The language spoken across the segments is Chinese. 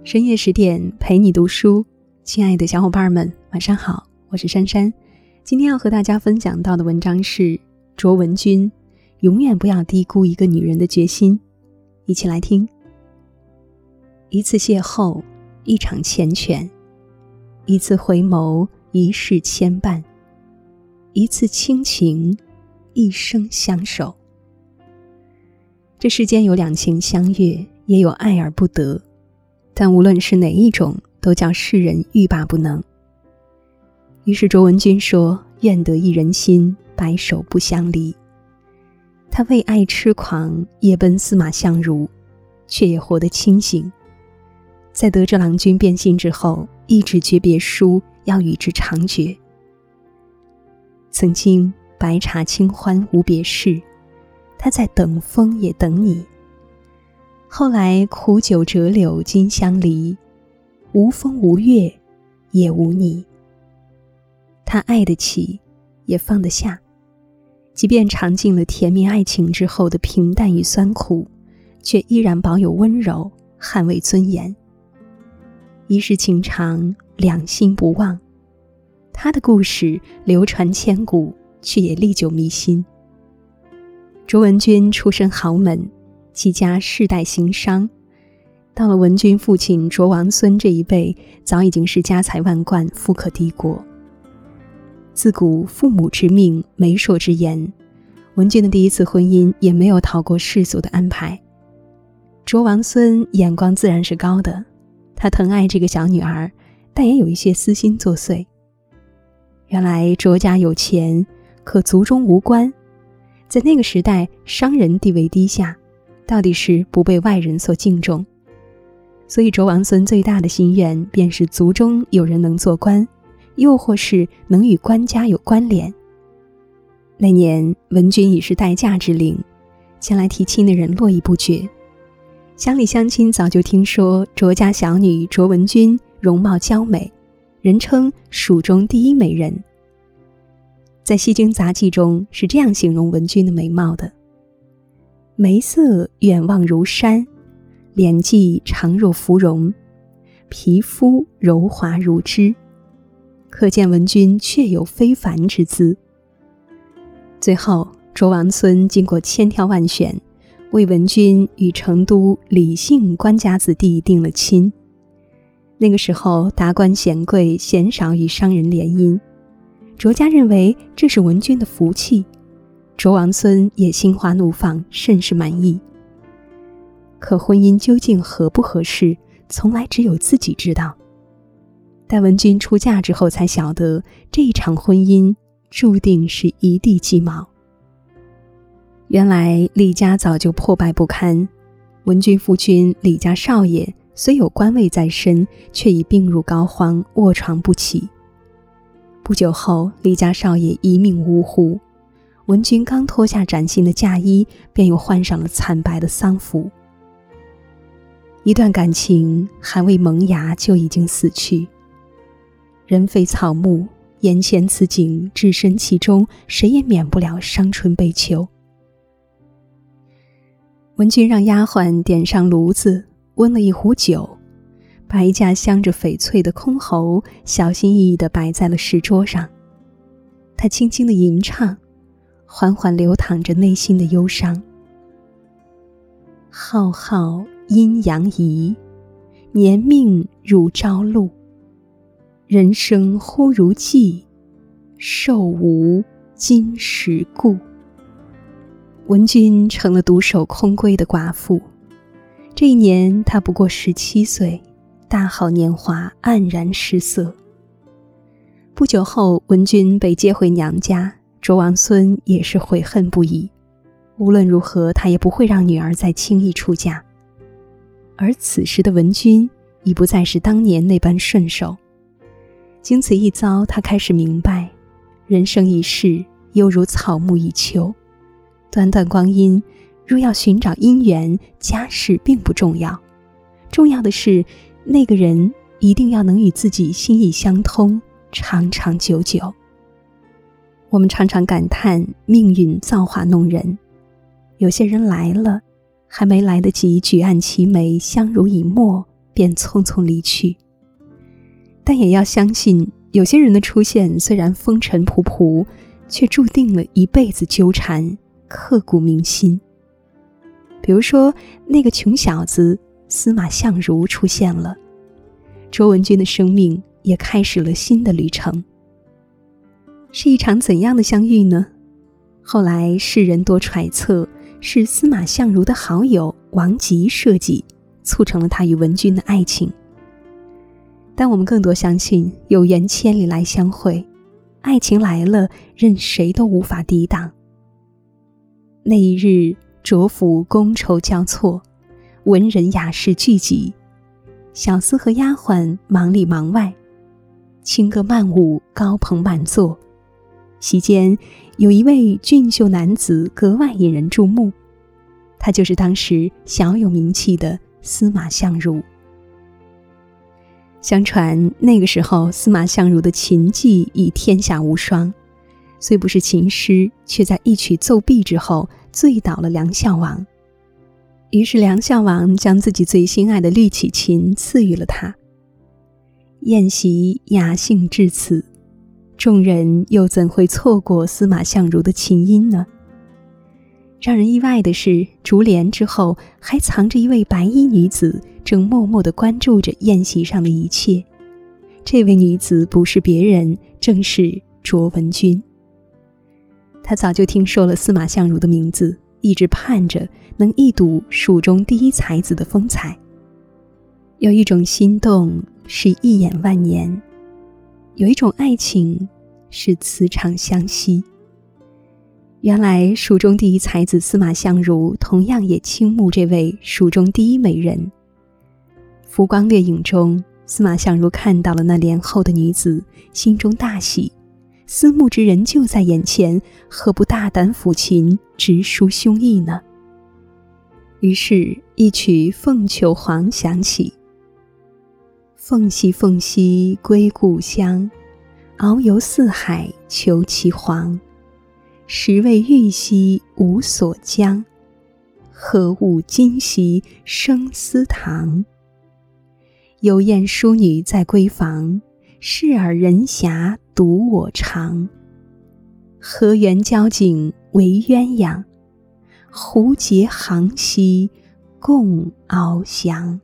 深夜10点陪你读书，亲爱的小伙伴们，晚上好，我是珊珊。今天要和大家分享到的文章是卓文君，永远不要低估一个女人的决心。一起来听。一次邂逅，一场缱绻；一次回眸，一世牵绊；一次倾情，一生相守。这世间有两情相悦，也有爱而不得，但无论是哪一种，都叫世人欲罢不能。于是卓文君说，愿得一人心，白首不相离。他为爱痴狂，夜奔司马相如，却也活得清醒。在得知郎君变心之后，一纸诀别书要与之长绝。曾经白茶清欢无别事，他在等风也等你。后来苦酒折柳今相离，无风无月也无你。他爱得起，也放得下，即便尝尽了甜蜜爱情之后的平淡与酸苦，却依然保有温柔，捍卫尊严。一世情长，两心不忘。他的故事流传千古，却也历久弥新。卓文君出身豪门，其家世代行商，到了文君父亲卓王孙这一辈，早已经是家财万贯，富可敌国。自古父母之命，媒妁之言，文君的第一次婚姻也没有逃过世俗的安排。卓王孙眼光自然是高的，他疼爱这个小女儿，但也有一些私心作祟。原来卓家有钱，可族中无官，在那个时代，商人地位低下，到底是不被外人所敬重。所以卓王孙最大的心愿便是族中有人能做官，又或是能与官家有关联。那年文君已是待嫁之龄，前来提亲的人络绎不绝。乡里乡亲早就听说卓家小女卓文君容貌娇美，人称蜀中第一美人。在《西京杂记》中是这样形容文君的美貌的：眉色远望如山，脸髻长若芙蓉，皮肤柔滑如脂，可见文君确有非凡之姿。最后卓王孙经过千挑万选，为文君与成都李姓官家子弟定了亲。那个时候达官显贵鲜少与商人联姻，卓家认为这是文君的福气，卓王孙也心花怒放，甚是满意。可婚姻究竟合不合适，从来只有自己知道。待文君出嫁之后，才晓得这一场婚姻注定是一地鸡毛。原来李家早就破败不堪，文君夫君李家少爷虽有官位在身，却已病入膏肓，卧床不起。不久后李家少爷一命呜呼，文君刚脱下崭新的嫁衣，便又换上了惨白的丧服。一段感情还未萌芽，就已经死去。人非草木，眼前此景，置身其中，谁也免不了伤春悲秋。文君让丫鬟点上炉子，温了一壶酒，把一架镶着翡翠的箜篌小心翼翼地摆在了石桌上。他轻轻地吟唱，缓缓流淌着内心的忧伤。浩浩阴阳仪，年命如朝露。人生忽如寄，寿无今时故。文君成了独守空闺的寡妇。这一年她不过17岁，大好年华黯然失色。不久后文君被接回娘家，卓王孙也是悔恨不已。无论如何，他也不会让女儿再轻易出嫁。而此时的文君已不再是当年那般顺手。经此一遭，他开始明白，人生一世犹如草木一秋，短短光阴，若要寻找姻缘，家世并不重要，重要的是那个人一定要能与自己心意相通，长长久久。我们常常感叹命运造化弄人，有些人来了，还没来得及举案齐眉，相濡以沫， 便匆匆离去。但也要相信，有些人的出现虽然风尘仆仆，却注定了一辈子纠缠，刻骨铭心。比如说，那个穷小子司马相如出现了，卓文君的生命也开始了新的旅程。是一场怎样的相遇呢？后来世人多揣测，是司马相如的好友王吉设计，促成了他与文君的爱情。但我们更多相信，有缘千里来相会，爱情来了，任谁都无法抵挡。那一日，卓府觥筹交错，文人雅士聚集，小厮和丫鬟忙里忙外，轻歌曼舞，高朋满座。席间有一位俊秀男子格外引人注目，他就是当时小有名气的司马相如。相传那个时候，司马相如的琴技已天下无双，虽不是琴师，却在一曲奏毕之后醉倒了梁孝王。于是梁孝王将自己最心爱的绿绮琴赐予了他。宴席雅兴至此，众人又怎会错过司马相如的琴音呢？让人意外的是，竹帘之后还藏着一位白衣女子，正默默地关注着宴席上的一切。这位女子不是别人，正是卓文君。她早就听说了司马相如的名字，一直盼着能一睹蜀中第一才子的风采。有一种心动是一眼万年，有一种爱情是磁场相吸。原来蜀中第一才子司马相如同样也倾慕这位蜀中第一美人。浮光掠影中，司马相如看到了那帘后的女子，心中大喜，思慕之人就在眼前，何不大胆抚琴，直抒胸臆呢？于是一曲《凤求凰》响起：凤兮凤兮归故乡，遨游四海求其凰。时为玉兮无所将，何物今夕生思堂。有艳淑女在闺房，视尔人遐独我长。河源交颈为鸳鸯，蝴蝶航兮共翱翔。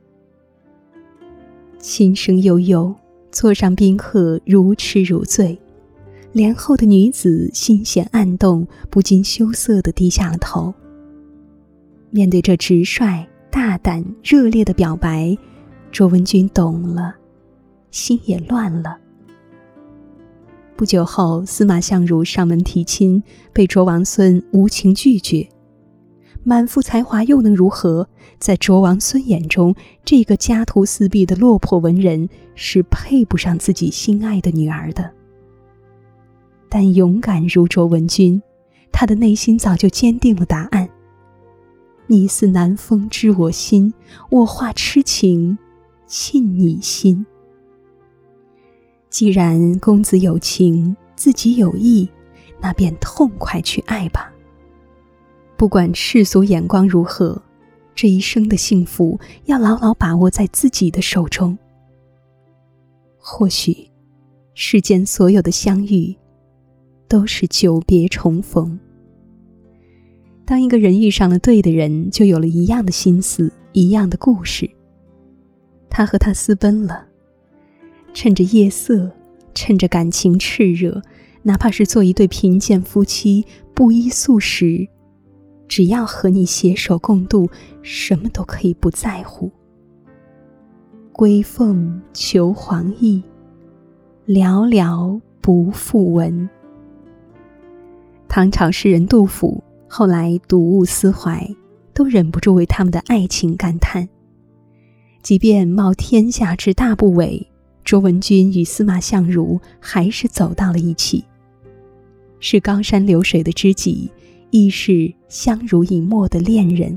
琴声悠悠，座上宾客如痴如醉。帘后的女子心弦暗动，不禁羞涩地低下了头。面对这直率、大胆、热烈的表白，卓文君懂了，心也乱了。不久后，司马相如上门提亲，被卓王孙无情拒绝。满腹才华又能如何？在卓王孙眼中，这个家徒四壁的落魄文人是配不上自己心爱的女儿的。但勇敢如卓文君，她的内心早就坚定了答案。你似南风知我心，我化痴情沁你心。既然公子有情，自己有意，那便痛快去爱吧。不管世俗眼光如何，这一生的幸福要牢牢把握在自己的手中。或许世间所有的相遇都是久别重逢。当一个人遇上了对的人，就有了一样的心思，一样的故事。他和她私奔了，趁着夜色，趁着感情炽热，哪怕是做一对贫贱夫妻，不衣素食，只要和你携手共度，什么都可以不在乎。归凤求凰意，寥寥不复闻。唐朝诗人杜甫后来睹物思怀，都忍不住为他们的爱情感叹。即便冒天下之大不韪，卓文君与司马相如还是走到了一起，是高山流水的知己，亦是相濡以沫的恋人。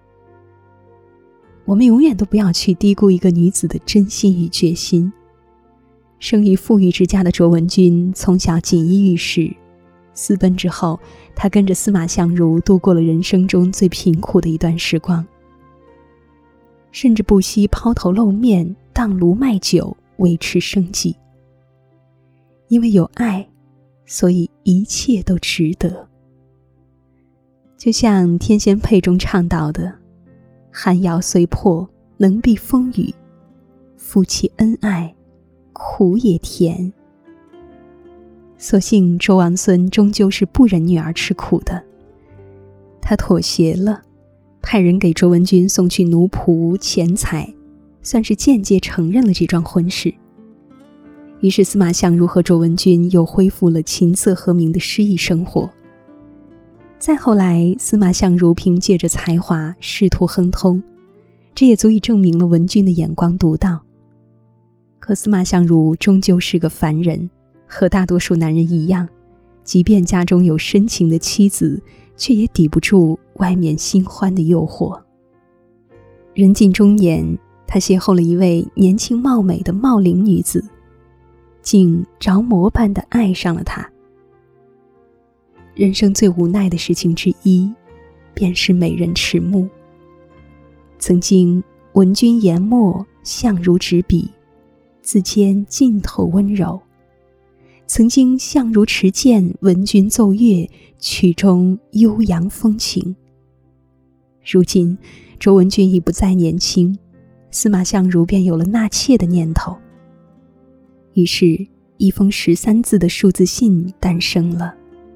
我们永远都不要去低估一个女子的真心与决心。生于富裕之家的卓文君从小锦衣玉食，私奔之后，她跟着司马相如度过了人生中最贫苦的一段时光。 甚至不惜抛头露面，当炉卖酒，维持生计。因为有爱，所以一切都值得。就像《天仙配》中唱到的，寒窑虽破，能避风雨，夫妻恩爱，苦也甜。所幸周王孙终究是不忍女儿吃苦的，他妥协了，派人给周文君送去奴仆钱财，算是间接承认了这桩婚事。于是司马相如和周文君又恢复了琴瑟和鸣的诗意生活。再后来，司马相如凭借着才华仕途亨通，这也足以证明了文君的眼光独到。可司马相如终究是个凡人，和大多数男人一样，即便家中有深情的妻子，却也抵不住外面新欢的诱惑。人近中年，他邂逅了一位年轻貌美的茂龄女子，竟着魔般地爱上了她。人生最无奈的事情之一，便是美人迟暮。曾经文君研墨，相如执笔，字间尽透温柔；曾经相如持剑，文君奏乐，曲中悠扬风情。如今周文君已不再年轻，司马相如便有了纳妾的念头。于是一封13字的数字信诞生了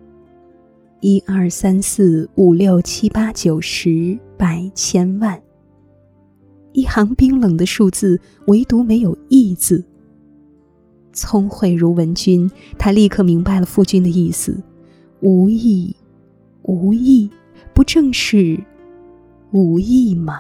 ：1、2、3、4、5、6、7、8、9、10、100、千万。一行冰冷的数字，唯独没有义字。聪慧如文君，他立刻明白了夫君的意思：无义，无义，不正是无义吗？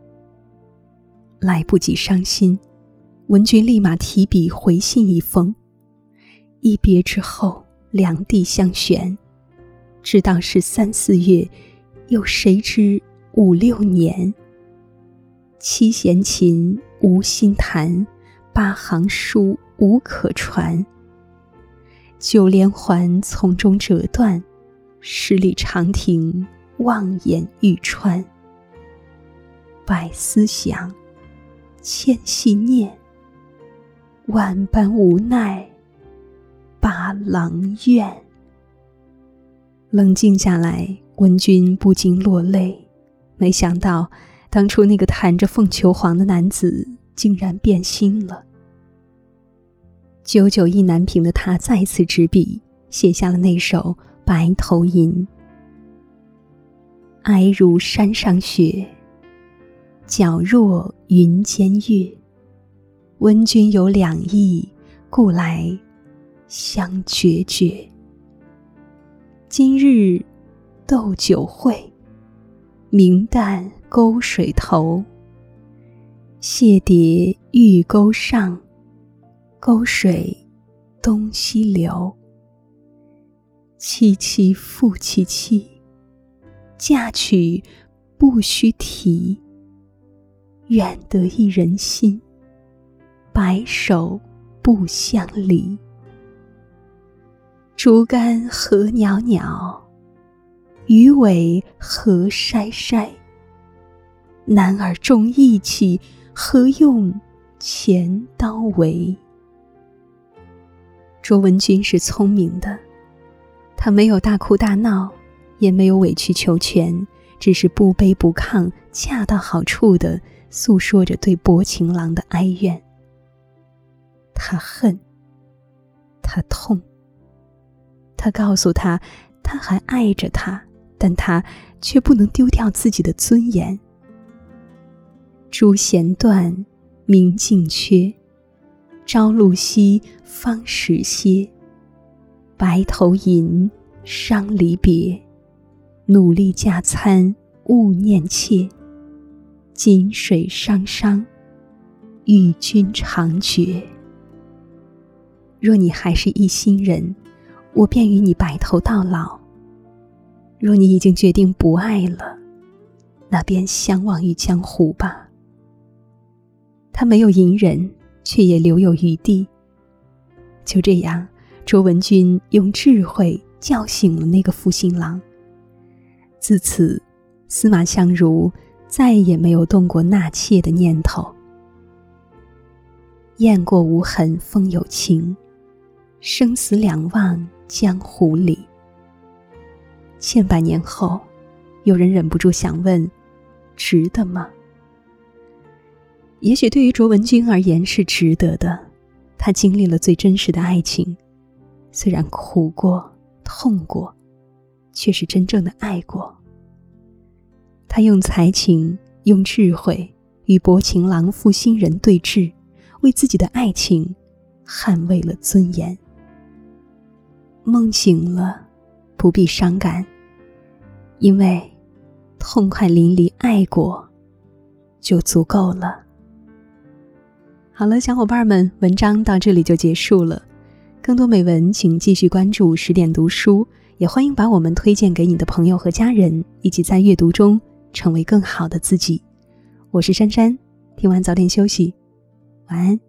来不及伤心，文君立马提笔回信一封。一别之后，两地相悬，知道是3、4月，又谁知5、6年。7弦琴无心弹，8行书无可传。9连环从中折断，10里长亭望眼欲穿。百思想，千系念，万般无奈，八郎怨。冷静下来，文君不禁落泪，没想到当初那个弹着凤求凰的男子竟然变心了。久久意难平的他再次执笔，写下了那首《白头吟》：皑如山上雪，皎若云间月。温君有两意，故来相决绝。今日斗酒会，明旦沟水头。蟹蝶玉钩上，沟水东西流。凄凄复凄凄，嫁娶不须提。愿得一人心，白首不相离。竹竿何袅袅，鱼尾何筛筛。男儿重义气，何用钱刀为？卓文君是聪明的，他没有大哭大闹，也没有委曲求全，只是不卑不亢，恰到好处地诉说着对薄情郎的哀怨。他恨，他痛，他告诉他，他还爱着他，但他却不能丢掉自己的尊严。朱弦断，明镜缺，朝露晞，方始歇。白头吟，伤离别，努力加餐，勿念妾。井水汤汤，与君长绝。若你还是一心人，我便与你白头到老；若你已经决定不爱了，那便相忘于江湖吧。他没有隐忍，却也留有余地。就这样，卓文君用智慧叫醒了那个负心郎。自此，司马相如再也没有动过纳妾的念头。雁过无痕风有情，生死两忘江湖里。千百年后，有人忍不住想问，值得吗？也许对于卓文君而言是值得的，她经历了最真实的爱情，虽然苦过痛过，却是真正的爱过。她用才情用智慧与薄情郎负心人对峙，为自己的爱情捍卫了尊严。梦醒了，不必伤感，因为痛快淋漓爱过就足够了。好了，小伙伴们，文章到这里就结束了。更多美文请继续关注10点读书，也欢迎把我们推荐给你的朋友和家人，一起在阅读中成为更好的自己。我是珊珊，听完早点休息，晚安。